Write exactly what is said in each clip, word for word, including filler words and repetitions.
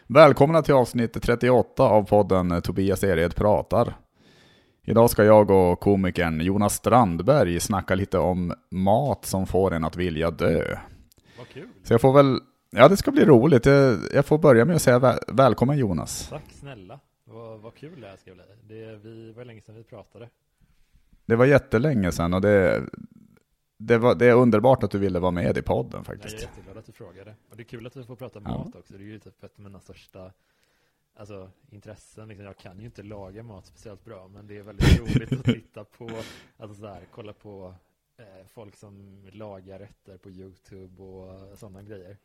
Välkomna till avsnitt trettioåtta av podden Tobias Ered pratar. Idag ska jag och komikern Jonas Strandberg snacka lite om mat som får en att vilja dö. Vad kul. Så jag får väl, ja det ska bli roligt. Jag, jag får börja med att säga väl, välkommen Jonas. Tack snälla. Vad, vad kul det här ska bli. Det vi, var länge sedan vi pratade. Det var jättelänge sedan och det, det, var, det är underbart att du ville vara med i podden faktiskt. Jag är jätteglad att du frågade. Och det är kul att vi får prata Ja. mat också. Det är ju typ ett av mina största alltså, intressen. Liksom, jag kan ju inte laga mat speciellt bra, men det är väldigt roligt att titta på, alltså så här, kolla på eh, folk som lagar rätter på YouTube och sådana grejer.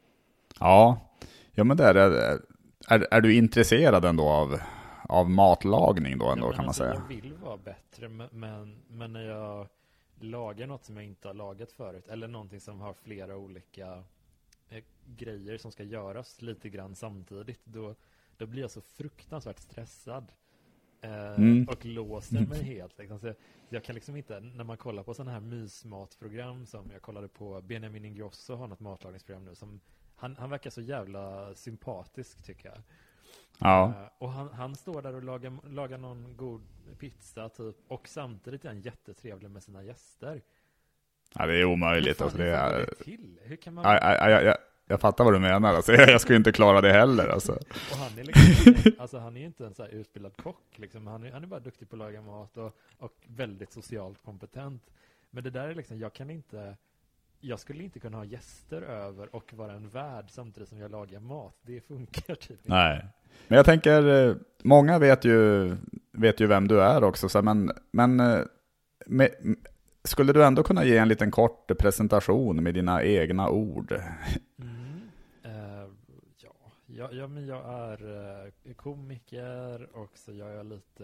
Ja, ja men där är, är, är du intresserad ändå av, av matlagning då ändå, Ja, kan man alltså, säga? Jag vill vara bättre, men, men, men när jag lagar något som jag inte har lagat förut, eller någonting som har flera olika eh, grejer som ska göras lite grann samtidigt, då, då blir jag så fruktansvärt stressad eh, Mm. och låser mig helt. Liksom. Så jag, jag kan liksom inte, när man kollar på sådana här mysmatprogram som jag kollade på, Benjamin Ingrosso har något matlagningsprogram nu, som han, han verkar så jävla sympatisk tycker jag. Ja. Uh, och han, han står där och lagar, lagar någon god pizza typ, och samtidigt är han jättetrevlig med sina gäster. Ja, det är omöjligt. Alltså, det hur får är... det till? Hur kan man... Ja, ja, ja, ja, jag fattar vad du menar. Alltså, jag skulle inte klara det heller. Alltså. Och han är liksom, alltså han är ju inte en så här utbildad kock. Liksom. Han, är, han är bara duktig på att laga mat och, och väldigt socialt kompetent. Men det där är liksom, jag kan inte... Jag skulle inte kunna ha gäster över och vara en värd samtidigt som jag lagar mat. Det funkar typ inte. Nej. Men jag tänker, många vet ju, vet ju vem du är också. Så, men men med, skulle du ändå kunna ge en liten kort presentation med dina egna ord? Mm. Uh, ja. Ja, ja, men jag är uh, komiker och så gör jag lite...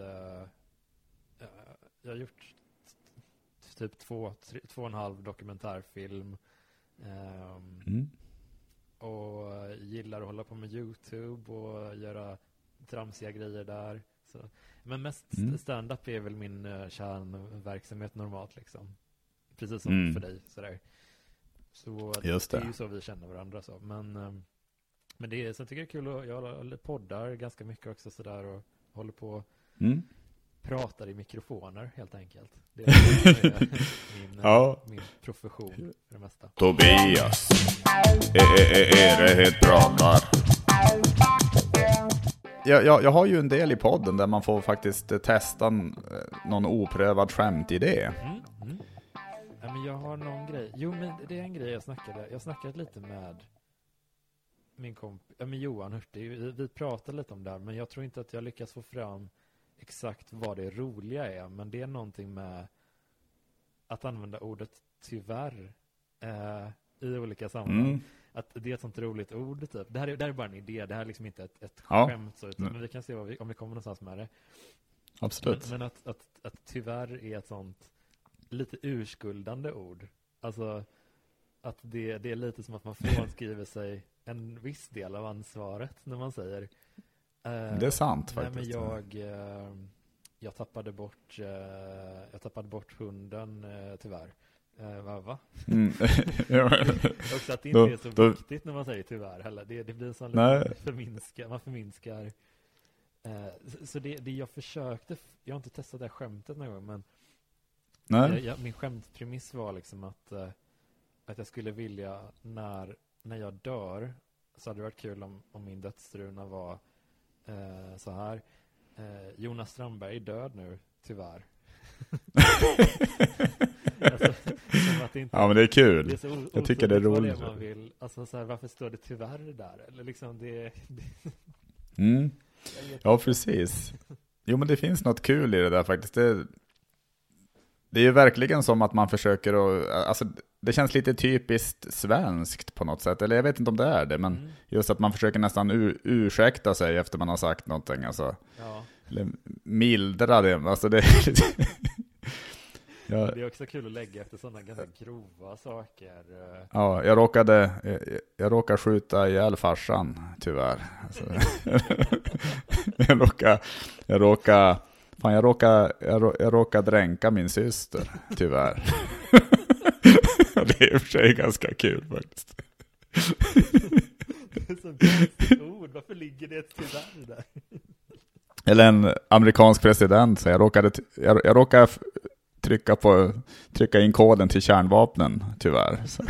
Uh, jag har gjort typ två, tre, två och en halv dokumentärfilm. Um, Mm. Och gillar att hålla på med YouTube och göra tramsiga grejer där. Så. Men mest Mm. stand-up är väl min uh, kärnverksamhet normalt liksom. Precis som Mm. för dig. Sådär. Så Just det. det är ju så vi känner varandra. Så. Men, um, men det är, sen tycker jag det är kul att jag poddar ganska mycket också sådär och håller på Mm. pratar i mikrofoner helt enkelt. Det är min, Ja. min profession för det mesta. Tobias Ered pratar. Jag, jag, jag har ju en del i podden där man får faktiskt testa någon oprövad skämtidé. Mm, mm. Ja, men jag har någon grej. Jo, men det är en grej jag snackade. Jag snackade lite med min kompis, ja, men Johan Hurtig. Vi, vi pratade lite om det här, men jag tror inte att jag lyckas få fram exakt vad det roliga är. Men det är någonting med att använda ordet tyvärr eh, i olika sammanhang. Mm. Att det är ett sånt roligt ord typ. Det här är, det här är bara en idé. Det här är liksom inte ett, ett Ja. skämt så, utan, Mm. men vi kan se vad vi, om vi kommer någonstans med det. Absolut. Men, men att, att, att tyvärr är ett sånt lite urskuldande ord. Alltså att det, det är lite som att man frånskriver sig en viss del av ansvaret när man säger eh, Det är sant nej, faktiskt. men jag, eh, jag tappade bort eh, jag tappade bort hunden eh, tyvärr. Eh, va? va? Mm. Också att det inte Då- är så då- viktigt när man säger tyvärr heller. Det, det blir en sån Nej. liten förminska, man förminskar. Eh, så så det, det jag försökte, jag har inte testat det här skämtet någon gång, men Nej. jag, jag, min skämtpremiss var liksom att, eh, att jag skulle vilja när, när jag dör så hade det varit kul om, om min dödsruna var eh, så här. Eh, Jonas Strandberg är död nu, tyvärr. Alltså, som att det inte, Ja, men det är kul. det är så o- Jag tycker det är otydligt vad roligt. man vill. Alltså så här, varför står det tyvärr där? Eller liksom det, det Mm. jag vet Ja, inte. precis. Jo, men det finns något kul i det där faktiskt. Det, det är ju verkligen som att man försöker att... Alltså, det känns lite typiskt svenskt på något sätt. Eller jag vet inte om det är det, men Mm. just att man försöker nästan ur, ursäkta sig efter man har sagt någonting. Alltså, Ja. eller mildra det. Alltså, det är lite... Ja, Det är också kul att lägga efter sådana ganska grova saker. eh. ja, jag råkade jag, jag råkade skjuta ihjäl farsan, tyvärr. Alltså, jag råkade jag råkade fan jag råkade jag, rå, jag råkade dränka min syster, tyvärr. Det är i och för sig ganska kul faktiskt. är så konstigt ord. Varför ligger det ett tyvärr där? Eller en amerikansk president, så jag råkade, jag, jag råkade trycka, på, trycka in koden till kärnvapnen, tyvärr. Så.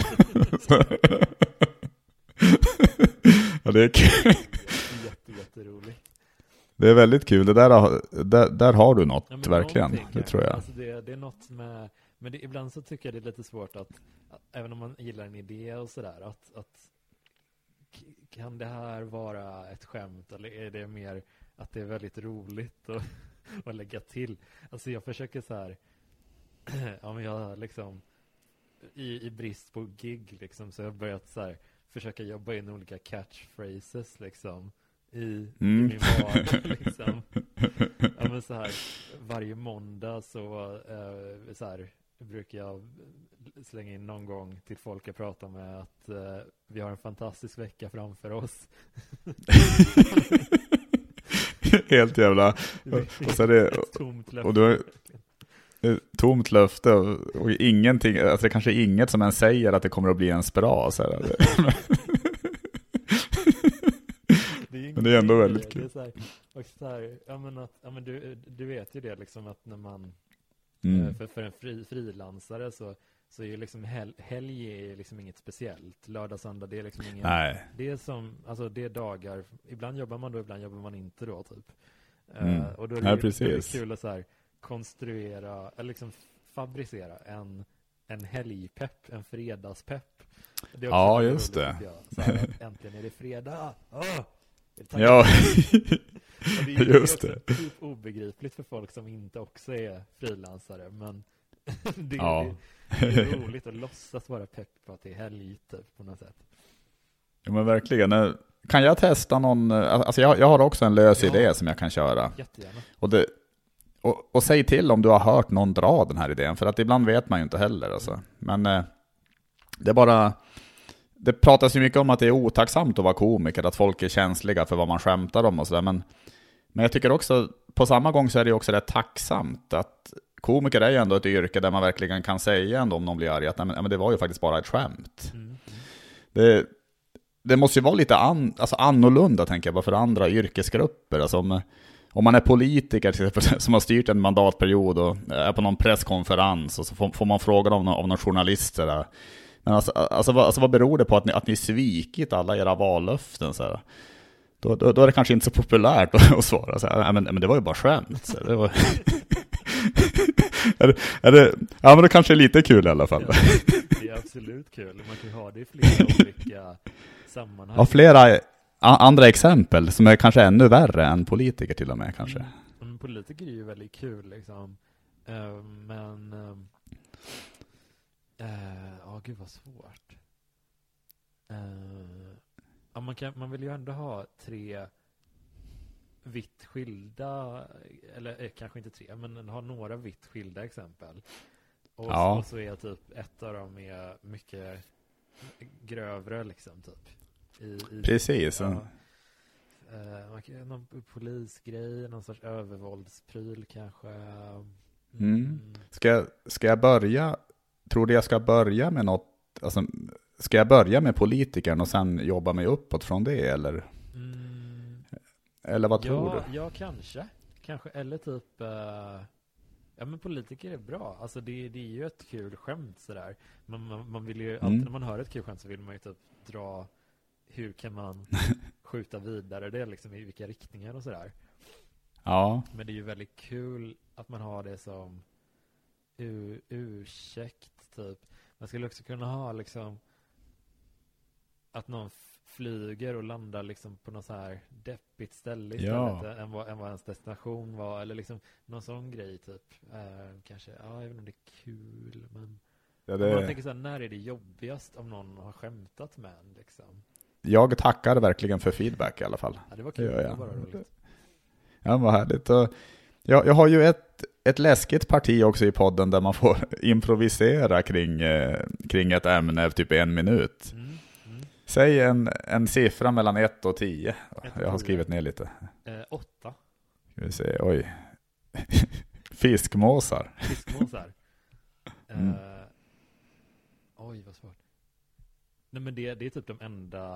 Ja, det är kul. Jätte, jätteroligt. Det är väldigt kul. Det där, har- där, där har du något, Ja, men verkligen. någonting Det kanske. tror jag. Alltså det, det är något med, men det, ibland så tycker jag det är lite svårt att, att även om man gillar en idé och sådär, att, att k- kan det här vara ett skämt eller är det mer att det är väldigt roligt att, att lägga till? Alltså jag försöker så här, ja men jag liksom i, i brist på gig liksom, så jag har börjat så här försöka jobba in olika catchphrases liksom i, Mm. i min vardag liksom. Ja, men så här, varje måndag så, eh, så här, brukar jag slänga in någon gång till folk jag pratar med att eh, vi har en fantastisk vecka framför oss. Helt jävla... Och så är det... Ett tomt löfte. Och då ett tomt löfte och, och ingenting, alltså det kanske är inget som en säger att det kommer att bli ens bra. Så här. Det är Men det är ändå ingenting i väldigt det. kul. Det är så här, och så här, ja, men att, ja, men du, du vet ju det liksom att när man Mm. eh, för, för en fri, frilansare så, så är ju liksom hel, helg är liksom inget speciellt. Lördag, söndag, det är liksom ingen... Nej. Det är som, alltså det är dagar, ibland jobbar man då, ibland jobbar man inte då typ. Mm. Eh, och då är det, Ja, ju- då är det precis. kul att så här konstruera, eller liksom fabricera en, en helgpepp, en fredagspepp. Det är också Ja, väldigt just roligt, det. tycker jag. Så här, att äntligen är det fredag. Åh! Tack. Ja, Och det är ju just också det. typ obegripligt för folk som inte också är frilansare, men det, Ja. det, det är roligt att låtsas vara pepp på att det är helg typ, på något sätt. Ja, men verkligen. Eh, Kan jag testa någon... Alltså jag, jag har också en lös Ja. idé som jag kan köra. Jättegärna. Och, det, och, och säg till om du har hört någon dra den här idén. För att ibland vet man ju inte heller. Alltså. Men eh, det är bara... Det pratas ju mycket om att det är otacksamt att vara komiker. Att folk är känsliga för vad man skämtar om och sådär. Men, men jag tycker också... På samma gång så är det ju också rätt tacksamt. Att komiker är ju ändå ett yrke där man verkligen kan säga ändå om någon blir arg. Att nej, men, ja, men det var ju faktiskt bara ett skämt. Mm. Mm. Det, det måste ju vara lite an, alltså annorlunda, tänker jag, bara för andra yrkesgrupper. Alltså om, om man är politiker till exempel, som har styrt en mandatperiod och är på någon presskonferens och så får, får man fråga av någon, av någon journalist. Så där. Men alltså, alltså, vad, alltså vad beror det på att ni, att ni svikit alla era vallöften? Så här? Då, då, då är det kanske inte så populärt att, att svara så här. Nej, men, men det var ju bara skämt. Så det var... är det, är det, ja, men det kanske är lite kul i alla fall. Ja, det är absolut kul. Man kan ju ha det i flera olika sammanhang. Ja, flera a- andra exempel som är kanske ännu värre än politiker till och med kanske. Mm. Men politiker är ju väldigt kul liksom. Eh, men ja, uh, oh, gud vad svårt. Uh, ja, man, kan, man vill ju ändå ha tre vitt skilda, eller eh, kanske inte tre, men ha några vitt skilda exempel. Och, Ja. och så är typ ett av dem är mycket grövre liksom typ. I, i, Precis. Ja. Uh, man kan, någon polisgrej, någon sorts övervåldspryl kanske. Mm. Ska, jag, ska jag börja, tror du jag ska börja med något, alltså, ska jag börja med politikern och sen jobba mig uppåt från det, eller? Mm. Eller vad tror ja, du? ja, kanske. Kanske, eller typ uh, ja, men politiker är bra. Alltså det, det är ju ett kul skämt sådär. Man, man, man vill ju, Mm. alltid när man hör ett kul skämt så vill man ju typ dra, hur kan man skjuta vidare det liksom, i vilka riktningar och sådär. Ja, Men det är ju väldigt kul att man har det som u- ursäkt typ. Man skulle också kunna ha liksom att någon f- flyger och landar liksom på något så här deppigt ställe istället Ja. än, vad, än vad ens destination var, eller liksom någon sån grej typ. Eh, kanske, ja, jag vet inte om det är kul, men ja om man det, tänker så här, när är det jobbigast om någon har skämtat med en liksom? jag tackar verkligen för feedback i alla fall. Ja, det var Det kul, gör det jag. var bara roligt. Ja, vad härligt. Och jag, jag har ju ett, ett läskigt parti också i podden där man får improvisera kring, eh, kring ett ämne typ en minut. Mm, mm. Säg en, en siffra mellan ett och tio. Ett och Jag har tio. skrivit ner lite. Eh, åtta Ska vi se, oj. Fiskmåsar. fiskmåsar. Mm. Eh, oj, vad svårt. Nej, men det, det är typ de enda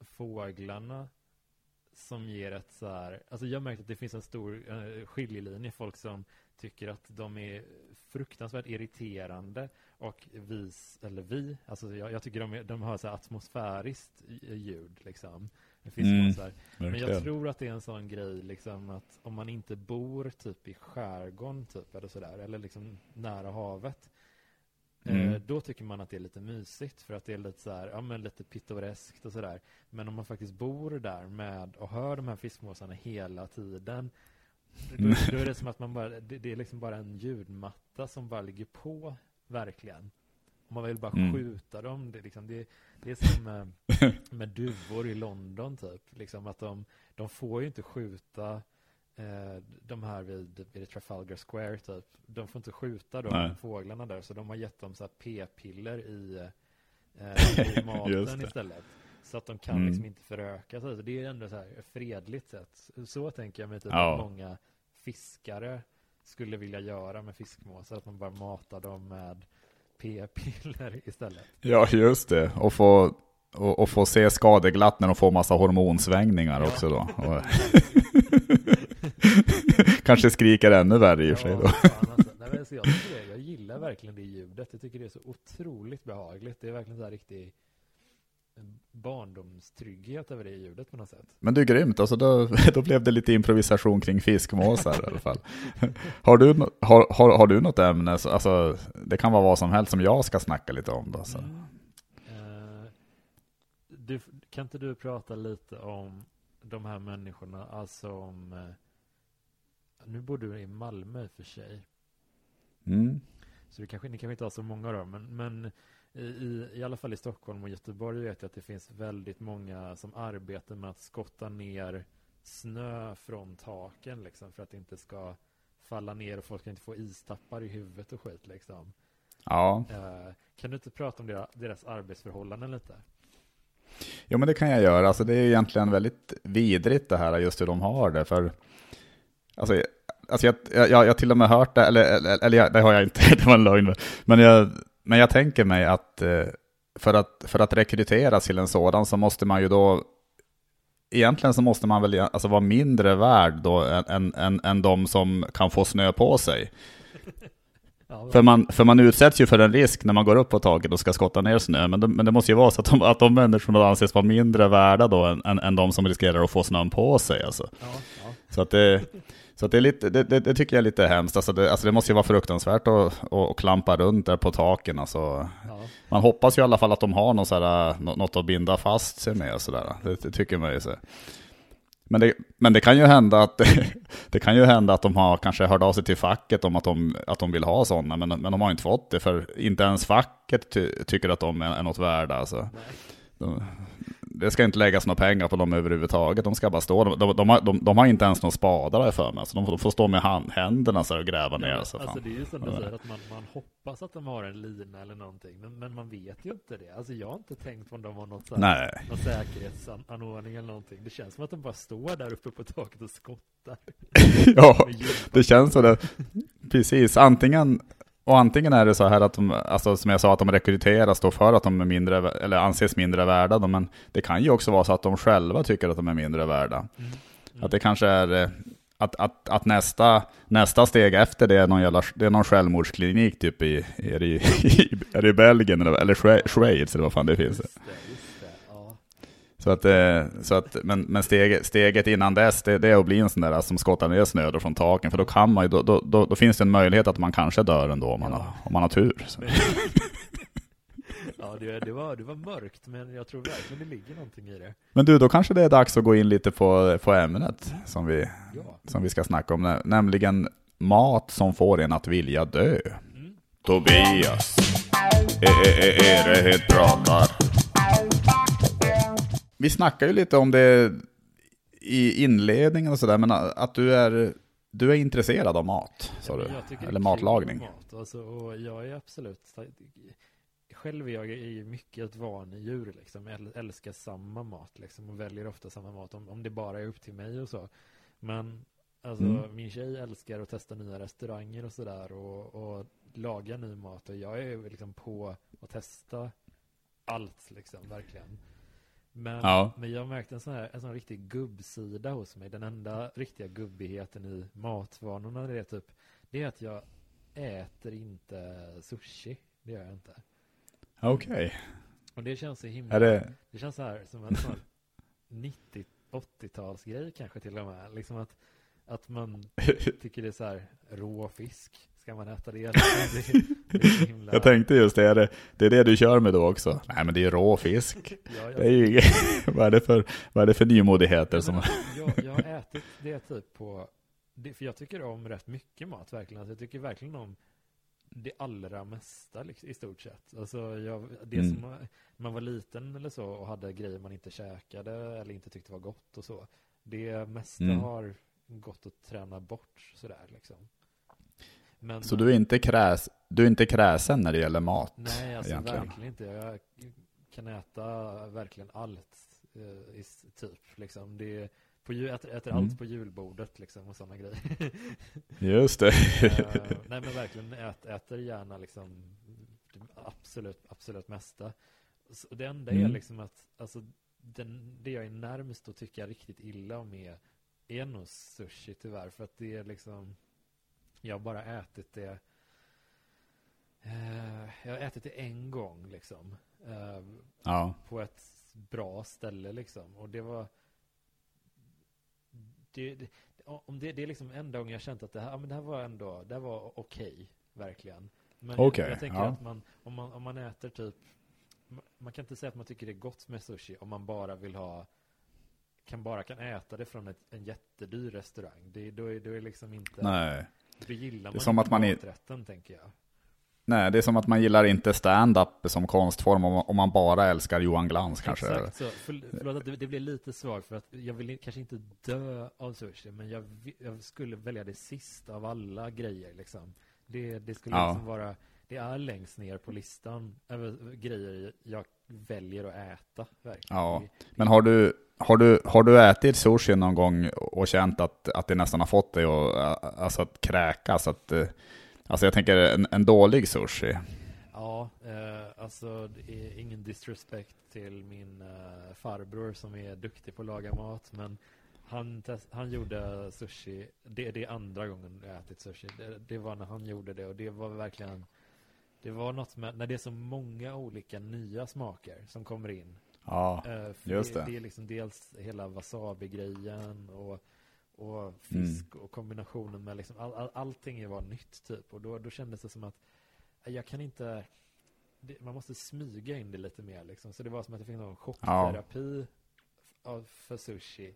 fåglarna som ger ett så här, alltså jag har märkt att det finns en stor uh, skiljelinje, folk som tycker att de är fruktansvärt irriterande och vis, eller vi, alltså jag, jag tycker de, är, de har så här atmosfäriskt ljud liksom. Det finns mm, så här. Men jag tror att det är en sån grej liksom att om man inte bor typ i skärgården typ eller sådär, eller liksom nära havet, mm. eh, då tycker man att det är lite mysigt för att det är lite så här, ja men lite pittoreskt och sådär. Men om man faktiskt bor där med och hör de här fiskmåsarna hela tiden, då, då är det som att man bara, det, det är liksom bara en ljudmatta som bara ligger på verkligen. Om man vill bara mm. skjuta dem, det, liksom, det, det är som med, med duvor i London typ. Liksom att de, de får ju inte skjuta eh, de här vid, vid Trafalgar Square typ. De får inte skjuta de Nej. fåglarna där, så de har gett dem så här p-piller i, eh, i maten istället. Så att de kan mm. liksom inte föröka sig. Så det är ändå så här ett fredligt sätt. Så tänker jag mig typ ja. att många fiskare skulle vilja göra med fiskmåsar. Att man bara matar dem med p-piller istället. Ja, just det. Och få, och, och få se skadeglatt när de får massa hormonsvängningar ja. också då. Kanske skriker ännu värre i och för sig då. Fan, alltså. Nej, men alltså, jag, tycker det, jag gillar verkligen det ljudet. Jag tycker det är så otroligt behagligt. Det är verkligen så här riktigt barndomstrygghet över det ljudet på något sätt. Men det är grymt, alltså då, då blev det lite improvisation kring fiskmåsar i alla fall. Har du, har, har, har du något ämne? Alltså, det kan vara vad som helst som jag ska snacka lite om då. Så. Mm. Uh, du, kan inte du prata lite om de här människorna, alltså om uh, nu bor du i Malmö för sig. Mm. Så det kanske, ni kanske inte har så många då, men, men I, i alla fall i Stockholm och Göteborg vet jag att det finns väldigt många som arbetar med att skotta ner snö från taken liksom, för att det inte ska falla ner och folk ska inte få istappar i huvudet och skit liksom. Ja. Uh, kan du inte prata om deras, deras arbetsförhållanden lite? Jo, men det kan jag göra. Alltså, det är egentligen väldigt vidrigt det här, just hur de har det. För alltså, alltså jag, jag, jag till och med hört det, eller, eller, eller det har jag inte, det var en lögn. Men jag Men jag tänker mig att för att, för att rekrytera till en sådan så måste man ju då, egentligen så måste man väl alltså vara mindre värd då än, än, än, än de som kan få snö på sig. Ja, för, man, för man utsätts ju för en risk när man går upp på taket och ska skotta ner snö. Men det, men det måste ju vara så att de, att de människorna anses vara mindre värda då än, än, än de som riskerar att få snön på sig. Alltså. Ja, ja. Så att det... Så att det, är lite, det, det, det tycker jag är lite hemskt. Alltså det, alltså det måste ju vara fruktansvärt att, att, att klampa runt där på taken. Alltså. Ja. Man hoppas ju i alla fall att de har något, sådär, något att binda fast sig med. Och sådär. Det, det tycker man ju så. Men, det, men det kan ju hända att det kan ju hända att de har kanske hört av sig till facket om att de, att de vill ha sådana. Men, men de har inte fått det, för inte ens facket ty, tycker att de är, är något värda. Alltså. De, det ska inte läggas några pengar på dem överhuvudtaget. De ska bara stå. De, de, de, har, de, de har inte ens några spadar för mig. Så de, de får stå med hand, händerna så och gräva ner. Ja, så alltså fan. Det är ju som du säger att man, man hoppas att de har en lina eller någonting. Men, men man vet ju inte det. Alltså jag har inte tänkt på om de har något så här, någon säkerhetsanordning eller någonting. Det känns som att de bara står där uppe på taket och skottar. Ja, det känns så där. Precis. Antingen... Och antingen är det så här att de, alltså som jag sa, att de rekryteras då för att de är mindre, eller anses mindre värda då, men det kan ju också vara så att de själva tycker att de är mindre värda. Mm. Mm. Att det kanske är att, att, att nästa, nästa steg efter det är någon, jävla, det är någon självmordsklinik typ i, är det i, är det i Belgien eller, eller Schweiz eller vad fan det finns. Just det, just det, ja. Så att, så att, men, men steget, steget innan dess det, det är att bli en sån där som skottar ner snö från taken, för då kan man ju, då, då, då, då finns det en möjlighet att man kanske dör ändå om man, ja. har, om man har tur. Så. Ja, det, det, var, det var mörkt, men jag tror verkligen det ligger någonting i det. Men du, då kanske det är dags att gå in lite på, på ämnet som vi, ja. som vi ska snacka om, nämligen mat som får en att vilja dö. Mm. Tobias, är, är, är det helt pratar? Vi snackar ju lite om det i inledningen och sådär, men att du är, du är intresserad av mat, sa du, eller matlagning. Mat, alltså, och jag är absolut, själv är jag är mycket ett vanedjur, liksom. Jag älskar samma mat liksom, och väljer ofta samma mat, om, om det bara är upp till mig och så. Men alltså, mm. min tjej älskar att testa nya restauranger och sådär, och, och laga ny mat, och jag är liksom på att testa allt liksom, verkligen. Men, Ja. men jag har märkt en sån här en sån riktig gubbsida hos mig. Den enda riktiga gubbigheten i matvanorna det är typ, det är att jag äter inte sushi. Det gör jag inte. Okej. Och det känns så himla... Är det... Det känns så här som en sån nittio-åttiotalsgrej kanske till och med. Liksom att, att man tycker det är så här rå fisk. Ska man äta det? det, det är så himla... Jag tänkte just det, är det, det är det du kör med då också. Nej, men det är rå fisk. Ja, jag... Det är ju inget... vad, är det för, vad är det för nymodigheter som... Men, jag, jag har ätit det typ på... Det, för jag tycker om rätt mycket mat verkligen. Alltså, jag tycker verkligen om det allra mesta liksom, i stort sett. Alltså, jag, det Mm. som man, man var liten eller så och hade grejer man inte käkade eller inte tyckte var gott och så. Det mesta Mm. har gått att träna bort sådär liksom. Men, Så du är inte kräs, du är inte kräsen när det gäller mat? nej, alltså egentligen. verkligen inte. Jag kan äta verkligen allt eh, i, typ liksom. Det på, ju- äter, äter Mm. allt på julbordet liksom och sådana grejer. Just det. uh, nej men verkligen ät, äter gärna liksom det absolut, absolut mesta. Så det enda Mm. är liksom att alltså, den, det jag är närmast att tycka riktigt illa om är, är nog sushi tyvärr. För att det är liksom, jag har bara ätit det uh, jag har ätit det en gång liksom uh, Ja. på ett bra ställe liksom. Och det var det, det, om det, det är liksom enda gången jag känt att det här, ja, men det här var ändå, det här var okej, verkligen. Men Okej, jag, jag tänker ja. att man om, man, om man äter typ, man kan inte säga att man tycker det är gott med sushi om man bara vill ha, kan bara kan äta det från ett, en jättedyr restaurang. Det, då, är, då är liksom inte, Nej. då gillar man Det är som inte att man i- maträtten, tänker jag. Nej, det är som att man gillar inte stand-up som konstform om, om man bara älskar Johan Glans kanske. Exakt så. För, förlåt att det, det blir lite svagt för att jag vill kanske inte dö av sushi, men jag, vi- jag skulle välja det sista av alla grejer liksom. Det, det skulle Ja. liksom vara, det är längst ner på listan över grejer jag väljer att äta verkligen. Ja. Det, Men har du, har du, har du ätit sushi någon gång och känt att, att det nästan har fått dig att, alltså att kräkas? Att, eh, alltså jag tänker en, en dålig sushi. ja, eh, alltså det är ingen disrespect till min eh, farbror som är duktig på att laga mat, men han, test, han gjorde sushi, det, det är andra gången jag ätit sushi, det, det var när han gjorde det och det var verkligen, det var något med, när det är så många olika nya smaker som kommer in. Ja, Eh, för just det, det. det är liksom dels hela wasabi-grejen och, och fisk Mm. och kombinationen med liksom all, all, allting var nytt typ, och då, då kändes det som att eh, jag kan inte, det, man måste smyga in det lite mer liksom. Så det var som att jag fick någon chockterapi av, för sushi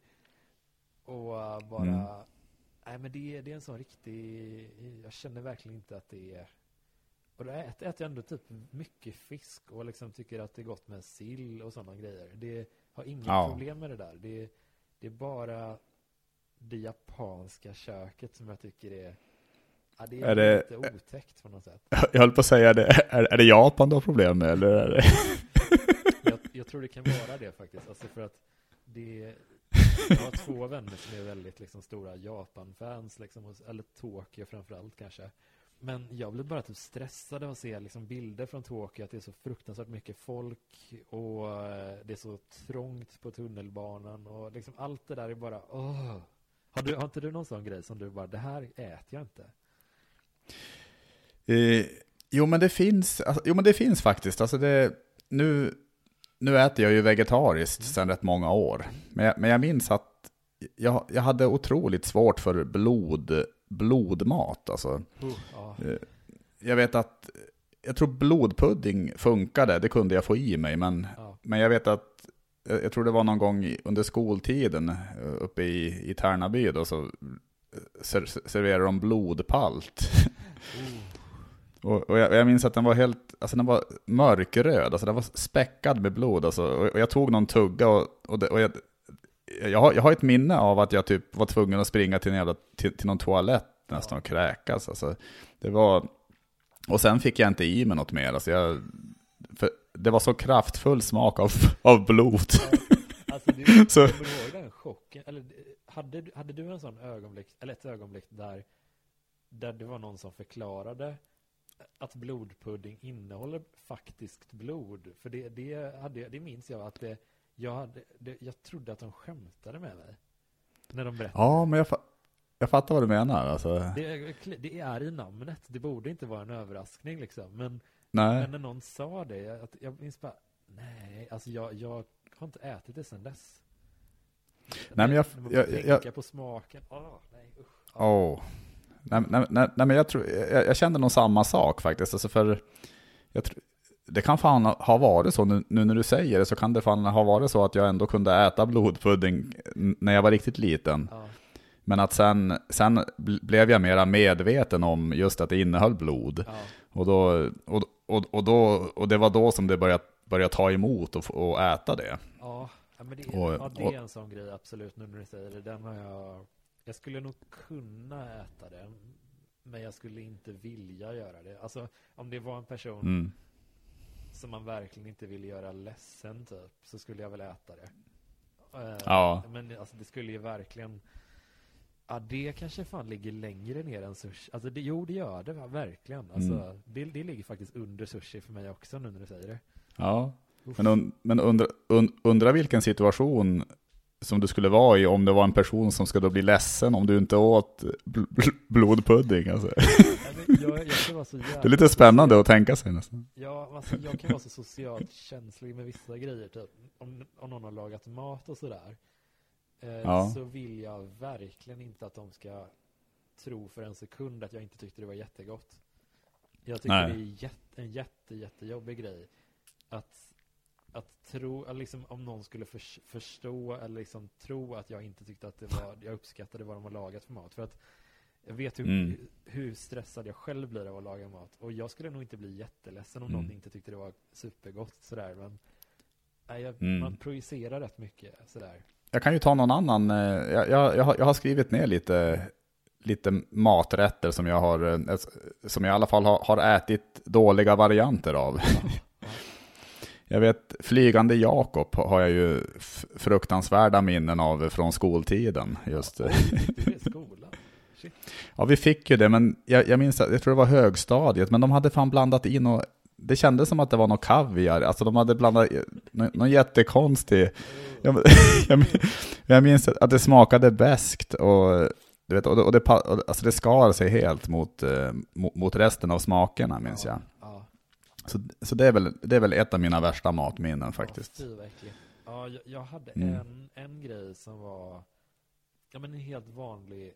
och uh, bara Mm. nej men det, det är en sån riktig, jag känner verkligen inte att det är, och då äter, äter jag ändå typ mycket fisk och liksom tycker att det är gott med sill och sådana grejer. Det har inga Ja. problem med det där. Det, det är bara det japanska köket som jag tycker är, ja, det är, Är det- lite otäckt på något sätt. Jag höll på att säga det. Är, är det Japan du har problem med? Eller är det... Jag, jag tror det kan vara det faktiskt. Alltså för att det, jag har två vänner som är väldigt liksom stora Japan-fans liksom, och- eller Tokyo framförallt kanske. Men jag blir bara typ stressad av att se liksom bilder från Tokyo, att det är så fruktansvärt mycket folk och eh, det är så trångt på tunnelbanan och liksom allt det där är bara åh. Har, du, har inte du någon sån grej som du bara, det här äter jag inte? Eh, jo, men det finns, alltså, jo men det finns faktiskt. Alltså det, nu, nu äter jag ju vegetariskt Mm. sedan rätt många år. Men jag, men jag minns att jag, jag hade otroligt svårt för blod, blodmat. Alltså, Oh, ja. jag vet att jag tror blodpudding funkade, det kunde jag få i mig. Men, Ja. men jag vet att jag, jag tror det var någon gång i- under skoltiden eh, uppe i, i Tärnaby då, så ser, serverade de blodpalt. Oh. Och, och jag, jag minns att den var helt, alltså den var mörkröd, alltså den var späckad med blod, alltså, och, och jag tog någon tugga och, och, det, och jag, jag, har, jag har ett minne av att jag typ var tvungen att springa till, en jävla, till, till någon toalett nästan och kräkas, alltså, det var, och sen fick jag inte i mig något mer, alltså jag, för det var så kraftfull smak av, av blod. Ja, alltså du, Så- kommer du ihåg den chocken? Eller hade, du- hade du en sån ögonblick, eller ett ögonblick där, där det var någon som förklarade att blodpudding innehåller faktiskt blod? För det, det, hade, jag- det minns jag att det, jag, hade, det, jag trodde att de skämtade med mig. När de berättade. Ja, men jag, fa- jag fattar vad du menar. Alltså. Det, är, det är i namnet. Det borde inte vara en överraskning liksom. Men, Nej. men när någon sa det, jag, att, jag minns bara, nej, alltså jag, jag har inte ätit det sedan dess. Nej, men jag... När man jag, tänka jag på smaken. Åh, nej, usch. oh. nej, nej, nej, nej, men jag, tror, jag, jag kände nog samma sak faktiskt. Alltså för jag tror, det kan fan ha varit så, nu, nu när du säger det, så kan det fan ha varit så att jag ändå kunde äta blodpudding när jag var riktigt liten. Ja. Men att sen, sen blev jag mera medveten om just att det innehöll blod. Ja. Och, då, och, och, och, då, och det var då som det började, började ta emot och, och äta det. Ja, men det är, Och- ja, det och- är en sån grej, absolut, nu när du säger det. Den har jag... Jag skulle nog kunna äta den, men jag skulle inte vilja göra det. Alltså, om det var en person Mm. som man verkligen inte vill göra ledsen, typ, så skulle jag väl äta det. Eh, Ja. Men alltså, det skulle ju verkligen... Ja, det kanske fan ligger längre ner än sushi. Alltså, det, jo, det gör det, va? Verkligen. Alltså, Mm. det, det ligger faktiskt under sushi för mig också, nu när du säger det. Ja. Uff. Men, und, men undra, und, undra vilken situation som du skulle vara i om det var en person som skulle bli ledsen om du inte åt bl- bl- blodpudding. Alltså. Nej, men jag, jag kan vara så jävla Det är lite spännande att tänka sig nästan. Ja, alltså, jag kan vara så socialt känslig med vissa grejer, typ. Om, om någon har lagat mat och sådär, eh, Ja. så vill jag verkligen inte att de ska tro för en sekund att jag inte tyckte det var jättegott. Jag tycker Nej. det är jätte, en jätte, jättejobbig grej att, att tro, eller liksom, om någon skulle för, förstå eller liksom tro att jag inte tyckte att det var, jag uppskattade vad de har lagat för mat. För att jag vet hur, Mm. hur stressad jag själv blir av att laga mat. Och jag skulle nog inte bli jätteledsen om Mm. någon inte tyckte det var supergott sådär. Men nej, jag, Mm. man projicerar rätt mycket sådär. Jag kan ju ta någon annan. eh, Jag, jag, jag, har, jag har skrivit ner lite, lite maträtter som jag har, eh, som jag i alla fall har, har ätit dåliga varianter av. Ja. Jag vet, Flygande Jakob har jag ju f- fruktansvärda minnen av från skoltiden. Just. Oj, det är skolan. Shit. Ja, vi fick ju det, men jag, jag minns att jag tror det var högstadiet, men de hade fan blandat in och det kändes som att det var något kaviar. Alltså de hade blandat i- nå- någon jättekonstig. Jag, jag, jag minns att det smakade beskt och du vet, och det, och det, pa- och- alltså det skar sig helt mot, eh, mot, mot resten av smakerna, minns jag. Ja. Så, så det, är väl, det är väl ett av mina värsta matminnen faktiskt. Ja, fy, vad äckligt. Ja, jag, jag hade Mm. en, en grej som var, ja, men en helt vanlig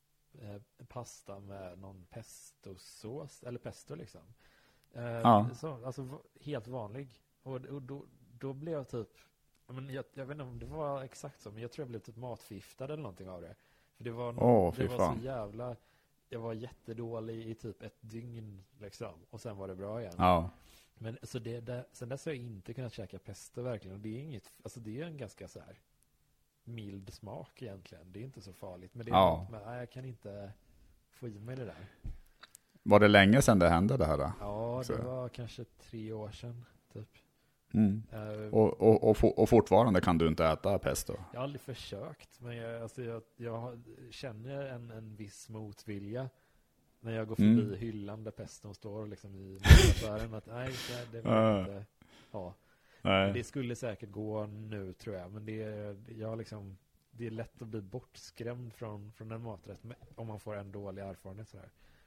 eh, pasta med någon pestosås, eller pesto liksom. Eh, Ja. så, alltså v- helt vanlig. Och, och då, då blev jag typ, ja, men jag, jag vet inte om det var exakt så, men jag tror jag blev typ matförgiftad eller någonting av det. För det var, Åh, fy det var fan. så jävla, jag var jättedålig i typ ett dygn liksom. Och sen var det bra igen. Ja. Men så det, det, sen dess har jag inte kunnat käka pesto verkligen. Och det är inget, alltså det är en ganska så här mild smak egentligen. Det är inte så farligt. Men det är Ja. något med, nej, jag kan inte få i mig det där. Var det länge sedan det hände det här då? Ja, Så. det var kanske tre år sedan typ. Mm. Eh, Och, och, och, for- och fortfarande kan du inte äta pesto? Jag har aldrig försökt, men jag, alltså jag, jag känner en, en viss motvilja när jag går förbi Mm. hyllan där peston står liksom i affären. Att nej, det, det vill jag Ja. inte ha. Nej. Det skulle säkert gå nu, tror jag. Men det är, jag liksom, det är lätt att bli bortskrämd från, från en maträtt med- om man får en dålig erfarenhet. Så här.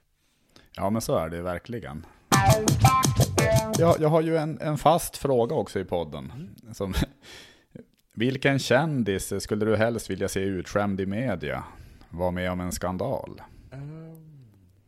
Ja, men så är det verkligen. Jag, jag har ju en, en fast fråga också i podden. Mm. Som, vilken kändis skulle du helst vilja se utskämd i media? Var med om en skandal? Um,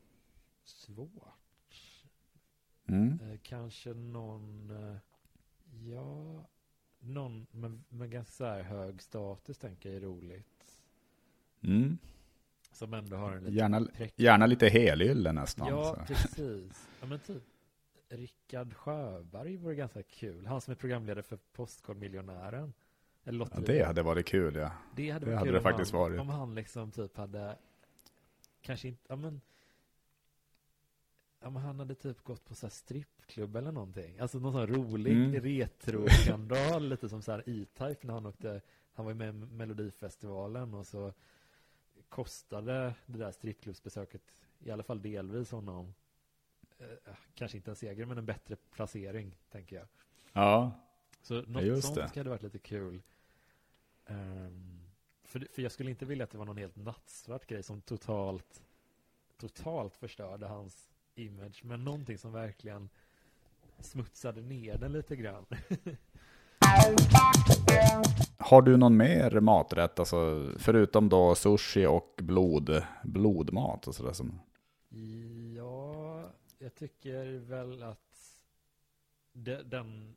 svårt. Mm. Eh, kanske någon, eh, ja, någon med, med ganska så här hög status, tänker jag är roligt. Mm. Som ändå har en liten Gärna, präck- gärna lite helylle nästan. Ja, så. precis. Ja, men typ Rickard Sjöberg vore ganska kul. Han som är programledare för Postkodmiljonären. Eller Ja, lotteriet. det hade varit kul, ja. Det hade det varit hade kul det om faktiskt han, varit. Om han liksom typ hade kanske inte, ja men ja, men han hade typ gått på så här strippklubb eller någonting. Alltså någon sån rolig Mm. retro-skandal, lite som så här E-Type när han åkte, han var ju med i Melodifestivalen och så kostade det där strippklubbsbesöket i alla fall delvis honom eh, kanske inte en seger men en bättre placering, tänker jag. Ja. Så något just sånt det. ska det varit lite kul. Um, för, för jag skulle inte vilja att det var någon helt nattsvart grej som totalt totalt förstörde hans image, men någonting som verkligen smutsade ner den lite grann. Har du någon mer maträtt, alltså, förutom då sushi och blod, blodmat och sådär som... Ja, jag tycker väl att de, den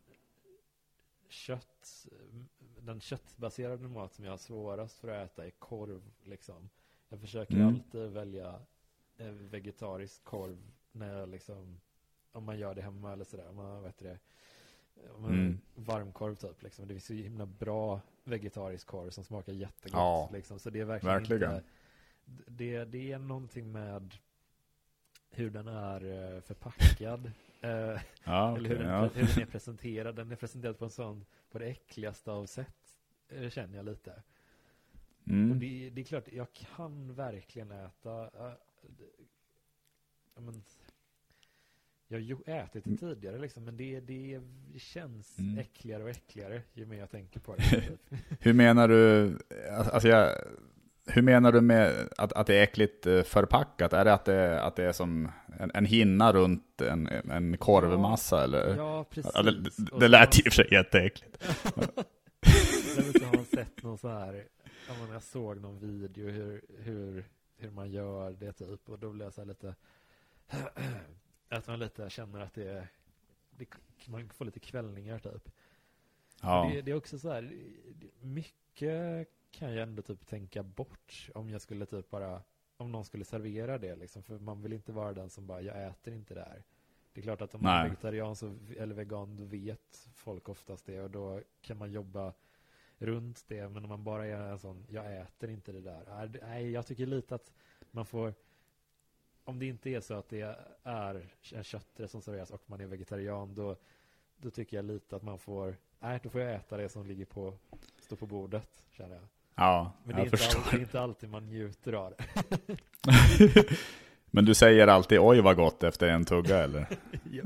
kött den köttbaserade mat som jag har svårast för att äta är korv liksom. Jag försöker Mm. alltid välja eh, vegetarisk korv när jag liksom, om man gör det hemma eller sådär, om man vet det, om man Mm. varmkorv typ liksom. Det finns så himla bra vegetarisk korv som smakar jättegott Ja, liksom. Så det är verkligen, verkligen. inte det, det är någonting med hur den är eh, förpackad. Eh, Ja, eller hur okej, den, ja. hur den är presenterad. Den är presenterad på en sån, på det äckligaste av sätt, eh, känner jag lite. Och Mm. det, det är klart, jag kan verkligen äta äh, det, men, jag har ju ätit det tidigare liksom, men det, det, det känns Mm. äckligare och äckligare ju mer jag tänker på det. Hur menar du, alltså jag, hur menar du med att, att det är äckligt eh, förpackat? Är det att det, att det är som en, en hinna runt en, en korvmassa eller? Ja, precis. Ja, det, det, Och det så lät har- i och för sig jätteäckligt. Jag vet inte, har man sett någon så här, ja, men jag såg någon video hur, hur, hur man gör det typ, och då blev jag så här lite att man lite känner att det är det, man får lite kvällningar typ. Ja. Det, det är också så här, det- mycket kan jag ändå typ tänka bort om jag skulle typ bara, om någon skulle servera det liksom, för man vill inte vara den som bara, jag äter inte det här. Det är klart att om man är Nej. vegetarian så, eller vegan, då vet folk oftast det, och då kan man jobba runt det. Men om man bara är en sån, jag äter inte det där. Nej, det- Nej, jag tycker lite att man får, om det inte är så att det är en kötträtt som serveras och man är vegetarian, då, då tycker jag lite att man får, nej, då får jag äta det som ligger på, står på bordet, känner jag. Ja, Men det är, jag inte förstår. alltid, det är inte alltid man njuter av det. Men du säger alltid oj vad gott efter en tugga eller? Ja.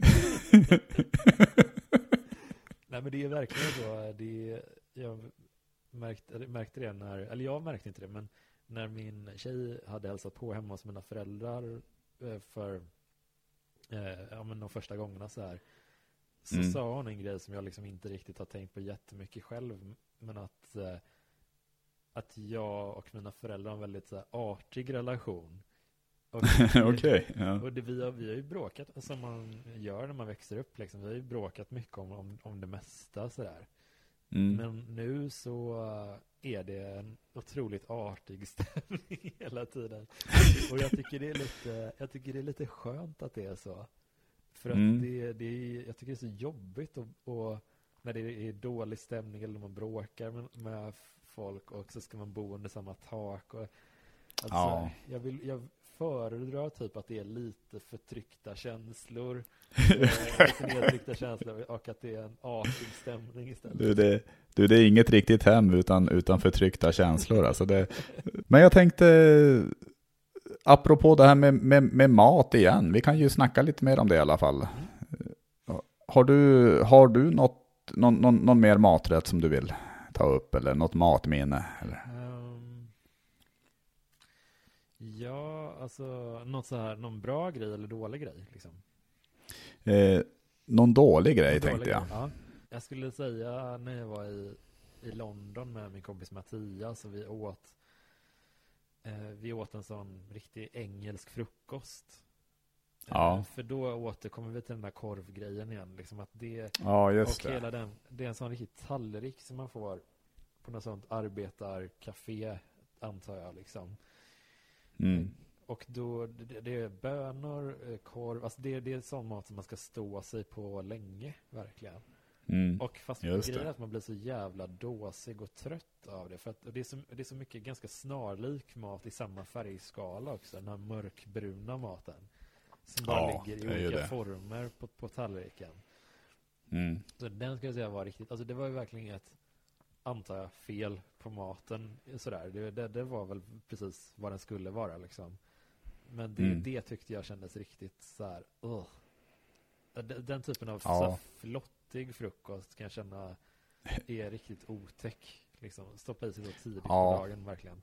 Nej, men det är verkligen så. Det är, jag märkte, eller märkte det när, eller jag märkte inte det, men när min tjej hade hälsat på hemma hos mina föräldrar eh, för eh, ja, men de första gångerna så här, så Mm. sa hon en grej som jag liksom inte riktigt har tänkt på jättemycket själv, men att eh, att jag och mina föräldrar har en väldigt så här, artig relation. Och Okej, ja. och det, vi, har, vi har ju bråkat som man gör när man växer upp liksom. Vi har ju bråkat mycket om, om, om det mesta sådär. Mm. Men nu så är det en otroligt artig stämning hela tiden. Och jag tycker det är lite, jag tycker det är lite skönt att det är så. För att Mm. det, det är, jag tycker det är så jobbigt och, och när det är dålig stämning eller när man bråkar med, med folk och så ska man bo under samma tak. Och, alltså, Ja. jag, vill, jag föredrar typ att det är lite förtryckta känslor. eh, lite nedtryckta känslor och att det är en artig stämning istället. Du, det, du, det är inget riktigt hem utan, utan förtryckta känslor. Alltså det, men jag tänkte, apropå det här med, med, med mat igen, vi kan ju snacka lite mer om det i alla fall. Har du, har du något, någon, någon, någon mer maträtt som du vill ta upp eller något matminne? Eller? Ehm, ja, alltså något så här, någon bra grej eller dålig grej liksom. Eh, någon dålig grej Någon tänkte dålig jag. grej, ja. Jag skulle säga när jag var i, i London med min kompis Mattias och vi åt eh, vi åt en sån riktig engelsk frukost. Ja. Eh, för då återkommer vi till den där korvgrejen igen liksom, att det Ja, just och det. hela den, det är en sån riktig tallrik som man får på något sånt arbetarcafé, antar jag liksom. Mm. Och då, det, det är bönor, eh, korv, alltså det, det är sån mat som man ska stå sig på länge, verkligen. Mm. Och fast Just grejen det. är att man blir så jävla dåsig och trött av det. För att och det, är så, det är så mycket ganska snarlik mat i samma färgskala också, den här mörkbruna maten. Som bara Ja, ligger det är i ju olika det. former på, på tallriken. Mm. Så den ska jag säga var riktigt, alltså det var ju verkligen ett, antar jag, fel på maten sådär. Det, det, det var väl precis vad den skulle vara liksom. Men det, Mm. det tyckte jag kändes riktigt så här. Ugh. Den, den typen av Ja. så här flottig frukost kan jag känna är riktigt otäck. Liksom, stoppa i sig så tidigt Ja. på dagen, verkligen.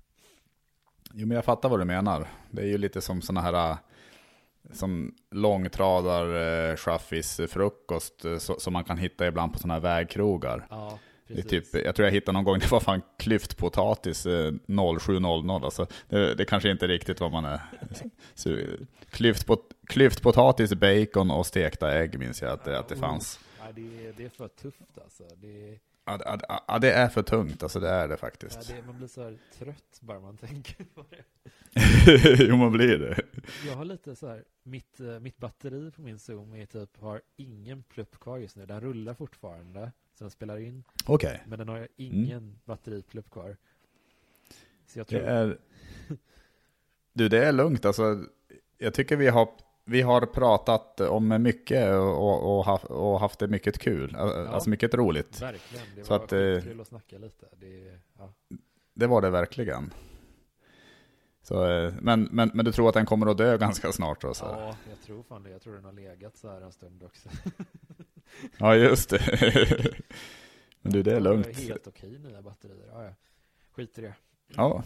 Jo, men jag fattar vad du menar. Det är ju lite som såna här som långtradar eh, chaffis frukost eh, så, som man kan hitta ibland på såna här vägkrogar. Ja, Det precis. är typ, jag tror jag hittade någon gång, det var fan klyftpotatis eh, noll sju noll noll. Alltså, det, det kanske inte är riktigt vad man är. Så, klyftpot, klyftpotatis, bacon och stekta ägg minns jag att det, att det fanns. Ja, det, är, det är för tufft alltså. Det, Ja, ja, ja, det är för tungt, alltså det är det ja, faktiskt. det, man blir så här trött bara man tänker på det. Jo, man blir det. Jag har lite så här, mitt, eh, mitt batteri på min Zoom är typ, har ingen plupp kvar just nu. Den rullar fortfarande, så den spelar in. Okej. Okay. Men den har ingen mm. batteriplupp kvar. Så jag tror... Det är... Du, det är lugnt. Alltså, jag tycker vi har, vi har pratat om mycket och, och, haft, och haft det mycket kul. Ja, alltså mycket roligt. Verkligen. Det så var att, kul att snacka lite. Det, ja. det var det verkligen. Så, men, men, men du tror att den kommer att dö ganska snart då? Så. Ja, jag tror fan det. Jag tror den har legat så här en stund också. Ja, just det. Men du, det är lugnt. Det är helt okej nya batterier. Ja, ja. Skit i det. Ja.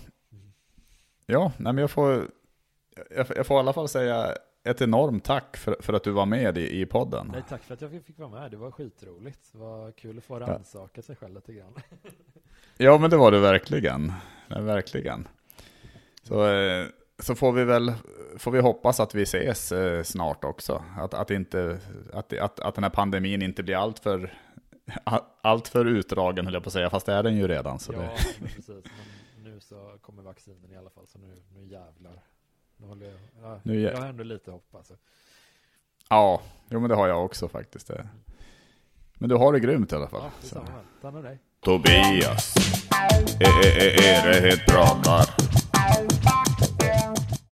Ja, nej, men jag får jag, jag får i alla fall säga ett enormt tack för, för att du var med i, i podden. Nej, tack för att jag fick vara med. Det var skitroligt. Det var kul att få rannsaka sig själv lite grann. Ja, men det var det verkligen. Ja, verkligen. Så, så får vi väl får vi hoppas att vi ses snart också. Att, att, inte, att, att, att den här pandemin inte blir allt för, allt för utdragen, höll jag på att säga. Fast det är den ju redan. Så ja, det... men precis. Men nu så kommer vaccinen i alla fall. Så nu, nu jävlar. Nu håller jag, ja, nu jä... jag har ändå lite hopp alltså. Ja, jo, men det har jag också faktiskt. Det. Men du har det grymt i alla fall. Ja, det är samma. Tack med dig. Tobias, är det helt pratar.